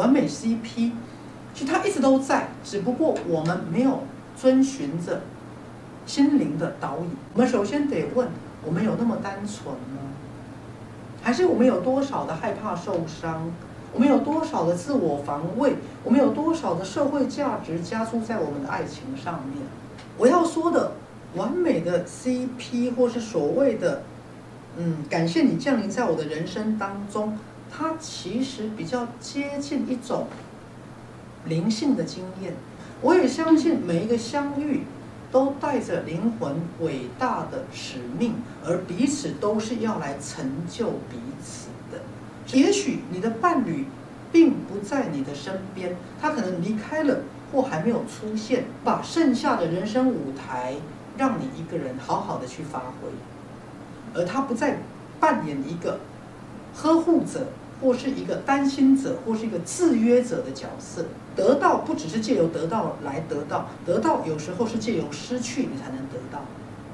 完美 CP， 其实它一直都在，只不过我们没有遵循着心灵的导引。我们首先得问：我们有那么单纯吗？还是我们有多少的害怕受伤？我们有多少的自我防卫？我们有多少的社会价值加注在我们的爱情上面？我要说的完美的 CP， 或是所谓的感谢你降临在我的人生当中，它其实比较接近一种灵性的经验。我也相信每一个相遇都带着灵魂伟大的使命，而彼此都是要来成就彼此的。也许你的伴侣并不在你的身边，他可能离开了或还没有出现，把剩下的人生舞台让你一个人好好的去发挥，而他不再扮演一个呵护者，或是一个担心者，或是一个制约者的角色。得到不只是借由得到来得到，得到有时候是借由失去你才能得到。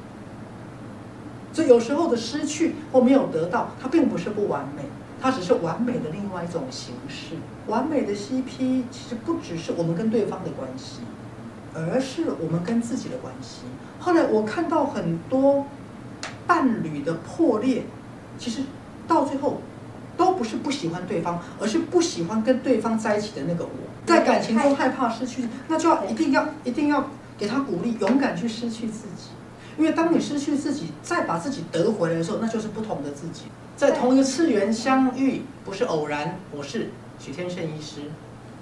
所以有时候的失去或没有得到，它并不是不完美，它只是完美的另外一种形式。完美的 CP 其实不只是我们跟对方的关系，而是我们跟自己的关系。后来我看到很多伴侣的破裂，其实到最后都不是不喜欢对方，而是不喜欢跟对方在一起的那个我。在感情中害怕失去，那就要一定要给他鼓励，勇敢去失去自己。因为当你失去自己，再把自己得回来的时候，那就是不同的自己。在同一个次元相遇，不是偶然。我是许天胜医师。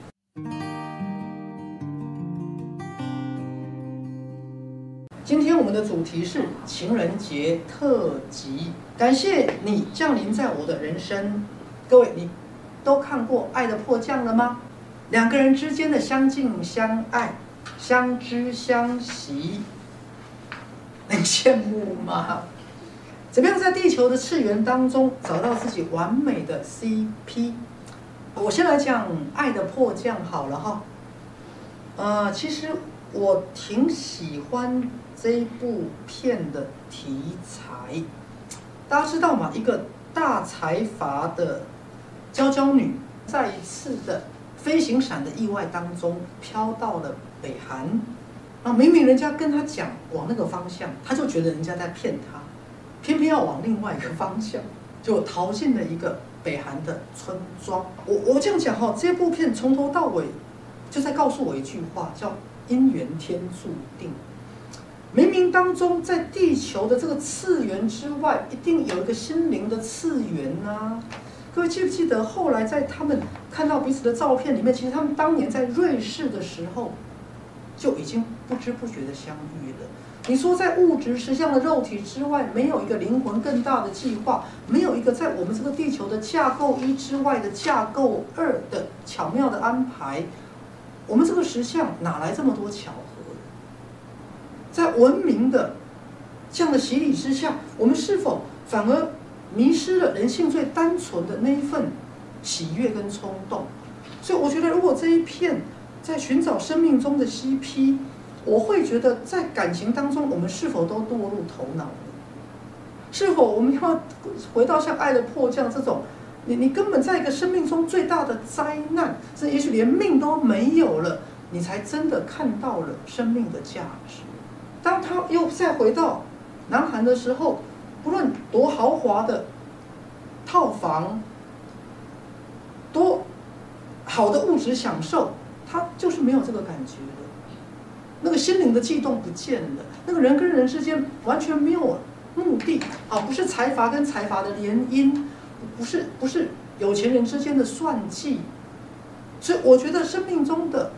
今天我们的主题是情人节特辑，感谢你降临在我的人生。各位，你都看过《爱的迫降》了吗？两个人之间的相敬相爱、相知相惜，能羡慕吗？怎么样在地球的次元当中找到自己完美的 CP？ 我先来讲《爱的迫降》好了哈。其实我挺喜欢这一部片的题材。大家知道吗？一个大财阀的娇娇女，在一次的飞行伞的意外当中飘到了北韩，然后明明人家跟他讲往那个方向，他就觉得人家在骗他，偏偏要往另外一个方向，就逃进了一个北韩的村庄。我这样讲哈，这部片从头到尾就在告诉我一句话，叫因缘天注定。冥冥当中，在地球的这个次元之外，一定有一个心灵的次元啊。各位记不记得后来在他们看到彼此的照片里面，其实他们当年在瑞士的时候就已经不知不觉的相遇了。你说在物质实相的肉体之外，没有一个灵魂更大的计划，没有一个在我们这个地球的架构一之外的架构二的巧妙的安排，我们这个实相哪来这么多巧合？在文明的这样的洗礼之下，我们是否反而迷失了人性最单纯的那一份喜悦跟冲动？所以我觉得，如果这一片在寻找生命中的 CP， 我会觉得在感情当中，我们是否都堕入头脑了？是否我们要回到像《爱的迫降》这种，你根本在一个生命中最大的灾难，这也许连命都没有了，你才真的看到了生命的价值。当他又再回到南韩的时候，不论多豪华的套房，多好的物质享受，他就是没有这个感觉了。那个心灵的悸动不见了，那个人跟人之间完全没有目的啊，不是财阀跟财阀的联姻，不是有钱人之间的算计。所以我觉得生命中的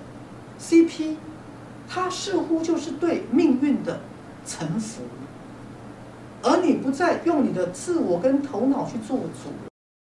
CP， 它似乎就是对命运的臣服。而你不再用你的自我跟头脑去做主，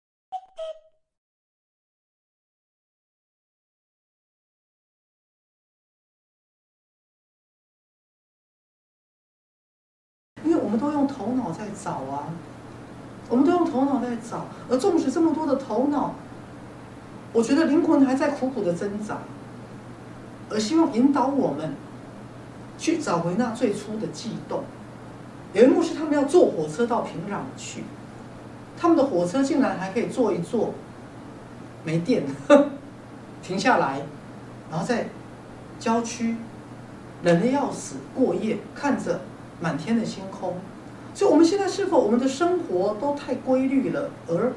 因为我们都用头脑在找啊，我们都用头脑在找，而纵使这么多的头脑，我觉得灵魂还在苦苦的挣扎，而希望引导我们去找回那最初的悸动。有一幕是他们要坐火车到平壤去，他们的火车竟然还可以坐一坐没电， 停下来，然后在郊区冷得要死过夜，看着满天的星空。所以我们现在是否我们的生活都太规律了，而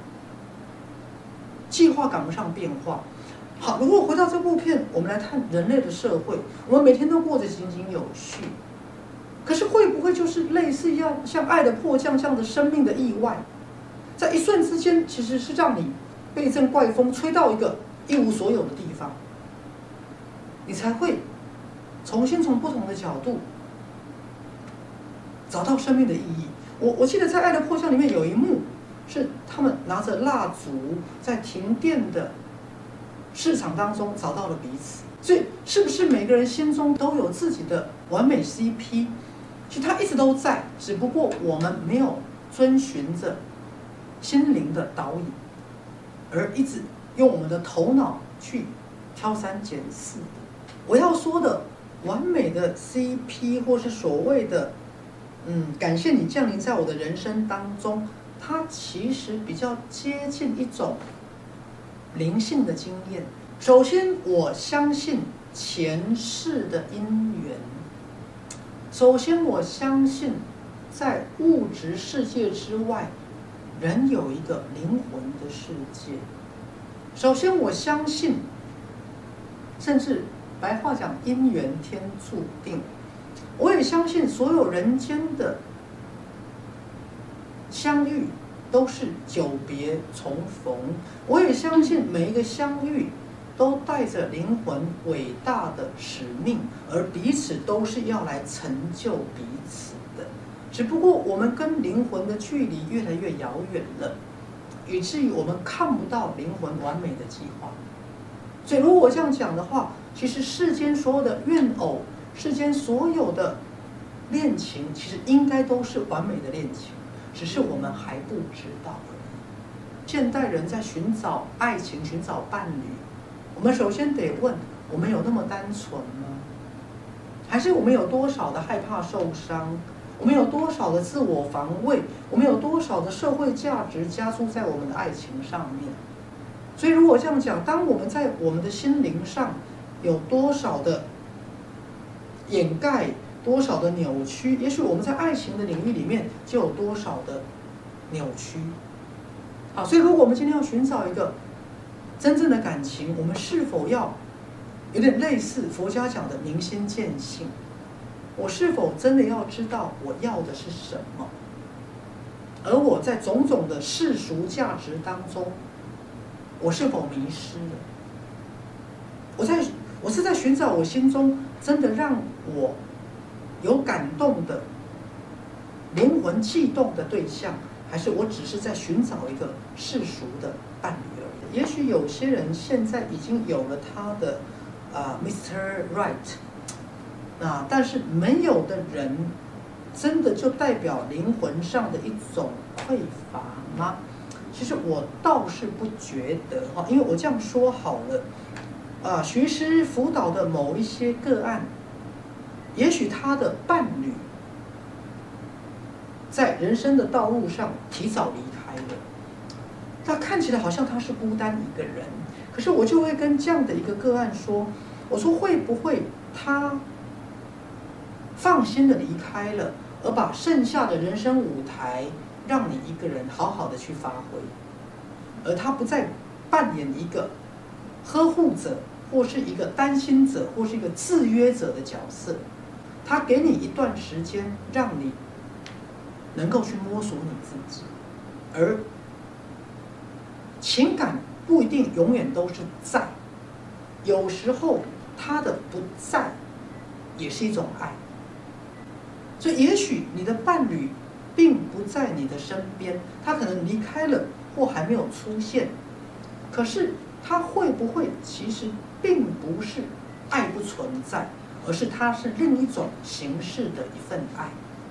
计划赶不上变化？好，如果回到这部片，我们来看人类的社会，我们每天都过得井井有序，可是会不会就是类似像《爱的迫降》这样的生命的意外，在一瞬之间，其实是让你被一阵怪风吹到一个一无所有的地方，你才会重新从不同的角度找到生命的意义。我记得在《爱的迫降》里面有一幕，是他们拿着蜡烛在停电的市场当中找到了彼此。所以，是不是每个人心中都有自己的完美 CP？ 其实它一直都在，只不过我们没有遵循着心灵的导引，而一直用我们的头脑去挑三拣四。我要说的完美的 CP， 或是所谓的感谢你降临在我的人生当中，它其实比较接近一种灵性的经验。首先，我相信前世的因缘。首先，我相信在物质世界之外，人有一个灵魂的世界。首先，我相信，甚至白话讲，因缘天注定。我也相信所有人间的相遇都是久别重逢。我也相信每一个相遇都带着灵魂伟大的使命，而彼此都是要来成就彼此的。只不过我们跟灵魂的距离越来越遥远了，以至于我们看不到灵魂完美的计划。所以如果我这样讲的话，其实世间所有的怨偶，世间所有的恋情，其实应该都是完美的恋情，只是我们还不知道而已。现代人在寻找爱情、寻找伴侣，我们首先得问：我们有那么单纯吗？还是我们有多少的害怕受伤？我们有多少的自我防卫？我们有多少的社会价值加注在我们的爱情上面？所以如果这样讲，当我们在我们的心灵上有多少的掩盖，多少的扭曲，也许我们在爱情的领域里面就有多少的扭曲。好，所以如果我们今天要寻找一个真正的感情，我们是否要有点类似佛家讲的明心见性？我是否真的要知道我要的是什么？而我在种种的世俗价值当中，我是否迷失了？我是在寻找我心中真的让我有感动的灵魂悸动的对象，还是我只是在寻找一个世俗的伴侣而已？也许有些人现在已经有了他的Mr. Right，但是没有的人，真的就代表灵魂上的一种匮乏吗？其实我倒是不觉得哈，因为我这样说好了，徐师辅导的某一些个案，也许他的伴侣在人生的道路上提早离开了，他看起来好像他是孤单一个人，可是我就会跟这样的一个个案说，我说会不会他放心的离开了，而把剩下的人生舞台让你一个人好好的去发挥，而他不再扮演一个呵护者，或是一个担心者，或是一个制约者的角色。他给你一段时间，让你能够去摸索你自己，而情感不一定永远都是在，有时候他的不在也是一种爱。所以也许你的伴侣并不在你的身边，他可能离开了或还没有出现，可是他会不会其实并不是爱不存在，而是它是另一种形式的一份爱。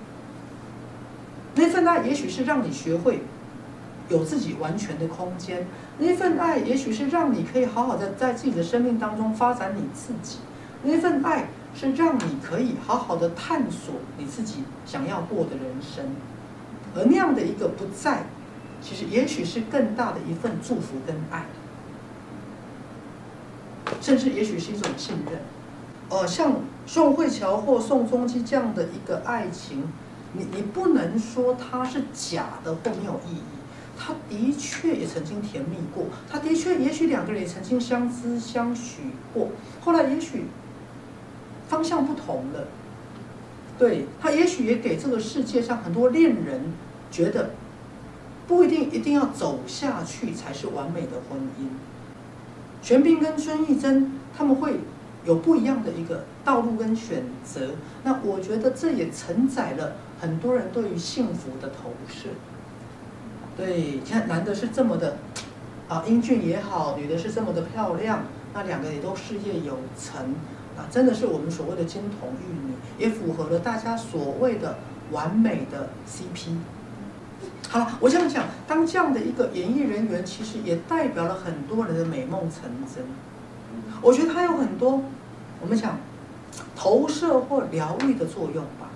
那份爱也许是让你学会有自己完全的空间，那份爱也许是让你可以好好的在自己的生命当中发展你自己，那份爱是让你可以好好的探索你自己想要过的人生。而那样的一个不在，其实也许是更大的一份祝福跟爱。 甚至也许是一种信任。像宋慧乔或宋仲基这样的一个爱情，你不能说它是假的或没有意义。他的确也曾经甜蜜过，他的确也许两个人也曾经相知相许过，后来也许方向不同了。对，他也许也给这个世界上很多恋人觉得，不一定要走下去才是完美的婚姻。玄彬跟孙艺珍他们会有不一样的一个道路跟选择，那我觉得这也承载了很多人对于幸福的投射。对，你看男的是这么的英俊也好，女的是这么的漂亮，那两个也都事业有成，真的是我们所谓的金童玉女，也符合了大家所谓的完美的 CP。好了，我这样讲，当这样的一个演艺人员，其实也代表了很多人的美梦成真。我觉得它有很多我们讲投射或疗愈的作用吧。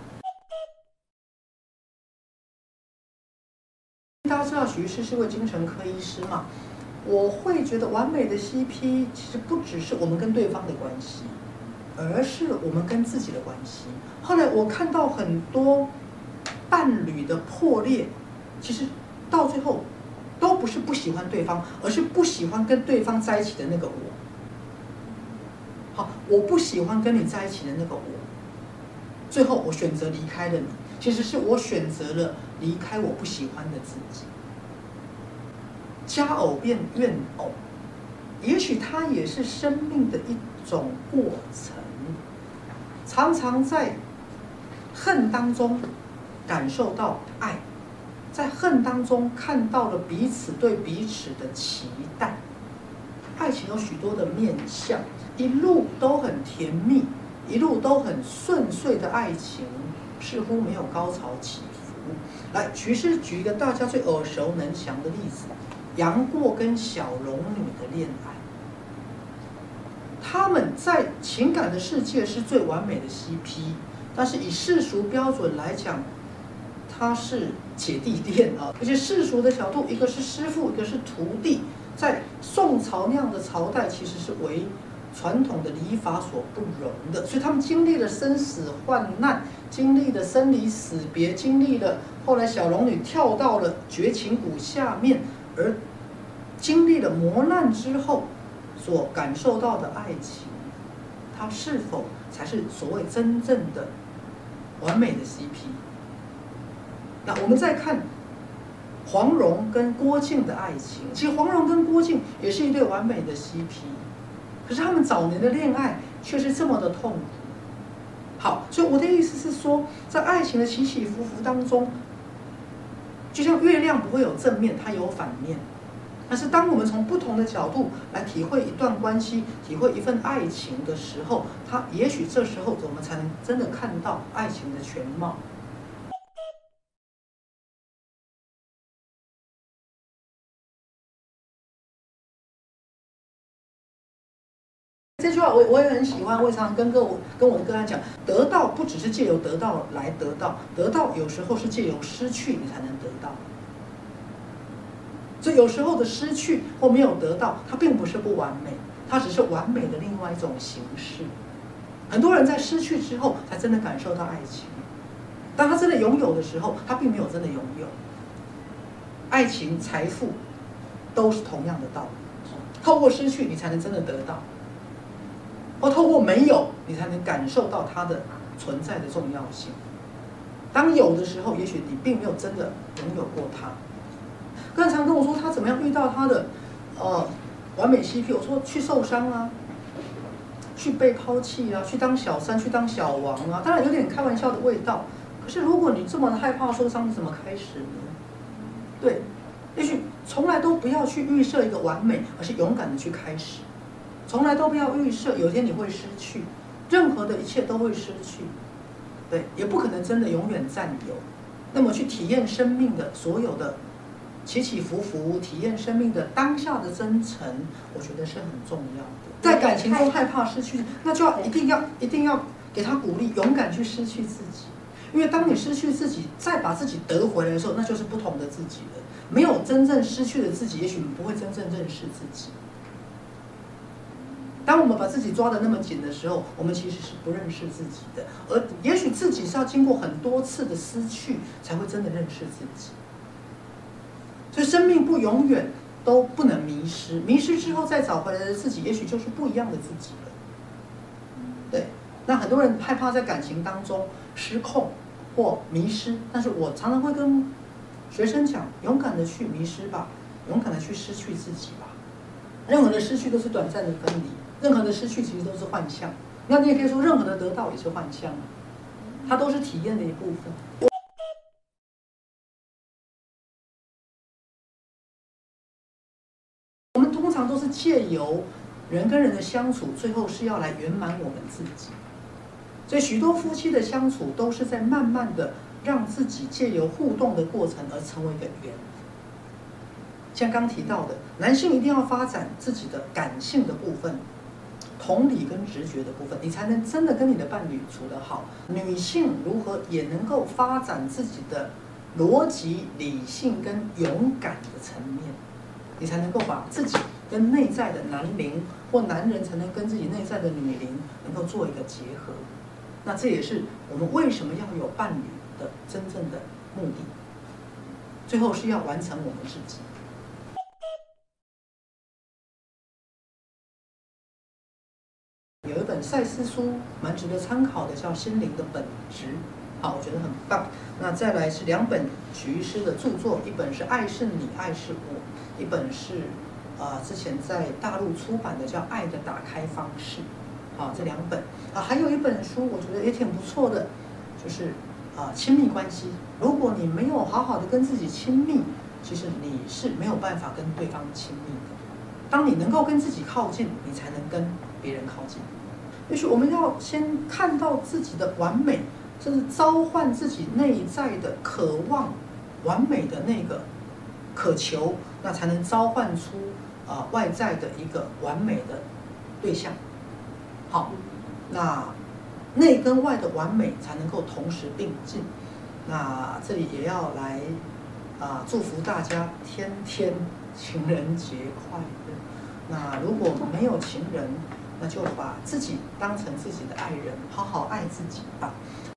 大家知道许医师是位精神科医师嘛？我会觉得完美的 CP 其实不只是我们跟对方的关系，而是我们跟自己的关系。后来我看到很多伴侣的破裂，其实到最后都不是不喜欢对方，而是不喜欢跟对方在一起的那个我。好，我不喜欢跟你在一起的那个我，最后我选择离开了你，其实是我选择了离开我不喜欢的自己。佳偶变怨偶，也许它也是生命的一种过程。常常在恨当中感受到爱，在恨当中看到了彼此对彼此的期待。爱情有许多的面向，一路都很甜蜜，一路都很顺遂的爱情，似乎没有高潮起伏。来，徐师举一个大家最耳熟能详的例子，杨过跟小龙女的恋爱。他们在情感的世界是最完美的 CP， 但是以世俗标准来讲，它是姐弟恋啊。而且世俗的角度，一个是师父，一个是徒弟，在宋朝那样的朝代，其实是为传统的礼法所不容的，所以他们经历了生死患难，经历了生离死别，经历了后来小龙女跳到了绝情谷下面，而经历了磨难之后所感受到的爱情，它是否才是所谓真正的完美的 CP？ 那我们再看黄蓉跟郭靖的爱情，其实黄蓉跟郭靖也是一对完美的 CP， 可是他们早年的恋爱却是这么的痛苦。好，所以我的意思是说，在爱情的起起伏伏当中，就像月亮不会有正面，它有反面。但是当我们从不同的角度来体会一段关系，体会一份爱情的时候，它也许这时候我们才能真的看到爱情的全貌。这句话我也很喜欢，我也常常跟我的个案讲，得到不只是借由得到来得到，得到有时候是借由失去你才能得到。所以有时候的失去或没有得到，它并不是不完美，它只是完美的另外一种形式。很多人在失去之后，才真的感受到爱情。当他真的拥有的时候，他并没有真的拥有。爱情、财富都是同样的道理，透过失去，你才能真的得到。或透过没有，你才能感受到它的存在的重要性。当有的时候，也许你并没有真的拥有过它。刚才常跟我说他怎么样遇到他的完美 CP， 我说去受伤啊，去被抛弃啊，去当小三，去当小王啊，当然有点开玩笑的味道。可是如果你这么害怕受伤，你怎么开始呢？对，也许从来都不要去预设一个完美，而是勇敢的去开始。从来都不要预设有一天你会失去，任何的一切都会失去，对，也不可能真的永远占有。那么去体验生命的所有的起起伏伏，体验生命的当下的真诚，我觉得是很重要的。在感情中害怕失去，那就要一定要给他鼓励，勇敢去失去自己。因为当你失去自己，再把自己得回来的时候，那就是不同的自己了。没有真正失去的自己，也许你不会真正认识自己。 当我们把自己抓得那么紧的时候，我们其实是不认识自己的，而也许自己是要经过很多次的失去，才会真的认识自己。所以生命不永远都不能迷失，迷失之后再找回来的自己，也许就是不一样的自己了。对，那很多人害怕在感情当中失控或迷失，但是我常常会跟学生讲，勇敢的去迷失吧，勇敢的去失去自己吧。任何的失去都是短暂的分离，任何的失去其实都是幻象。那你也可以说，任何的得到也是幻象，它都是体验的一部分。我们通常都是借由人跟人的相处，最后是要来圆满我们自己。所以许多夫妻的相处都是在慢慢的让自己借由互动的过程而成为一个圆。像刚提到的，男性一定要发展自己的感性的部分，同理跟直觉的部分，你才能真的跟你的伴侣处得好。女性如何也能够发展自己的逻辑、理性跟勇敢的层面，你才能够把自己跟内在的男灵，或男人才能跟自己内在的女灵能够做一个结合。那这也是我们为什么要有伴侣的真正的目的。最后是要完成我们自己。有一本赛斯书蛮值得参考的，叫《心灵的本质》，好，我觉得很棒。那再来是2本许医师的著作，一本是《爱是你，爱是我》，一本是之前在大陆出版的叫《爱的打开方式》。好，这2本还有一本书我觉得也挺不错的，就是亲密关系。如果你没有好好的跟自己亲密，其实你是没有办法跟对方亲密的。当你能够跟自己靠近，你才能跟别人靠近。也许我们要先看到自己的完美，就是召唤自己内在的渴望完美的那个渴求，那才能召唤出外在的一个完美的对象。好，那内跟外的完美才能够同时并进。那这里也要来祝福大家天天情人节快乐。那如果没有情人，那就把自己当成自己的爱人，好好爱自己吧。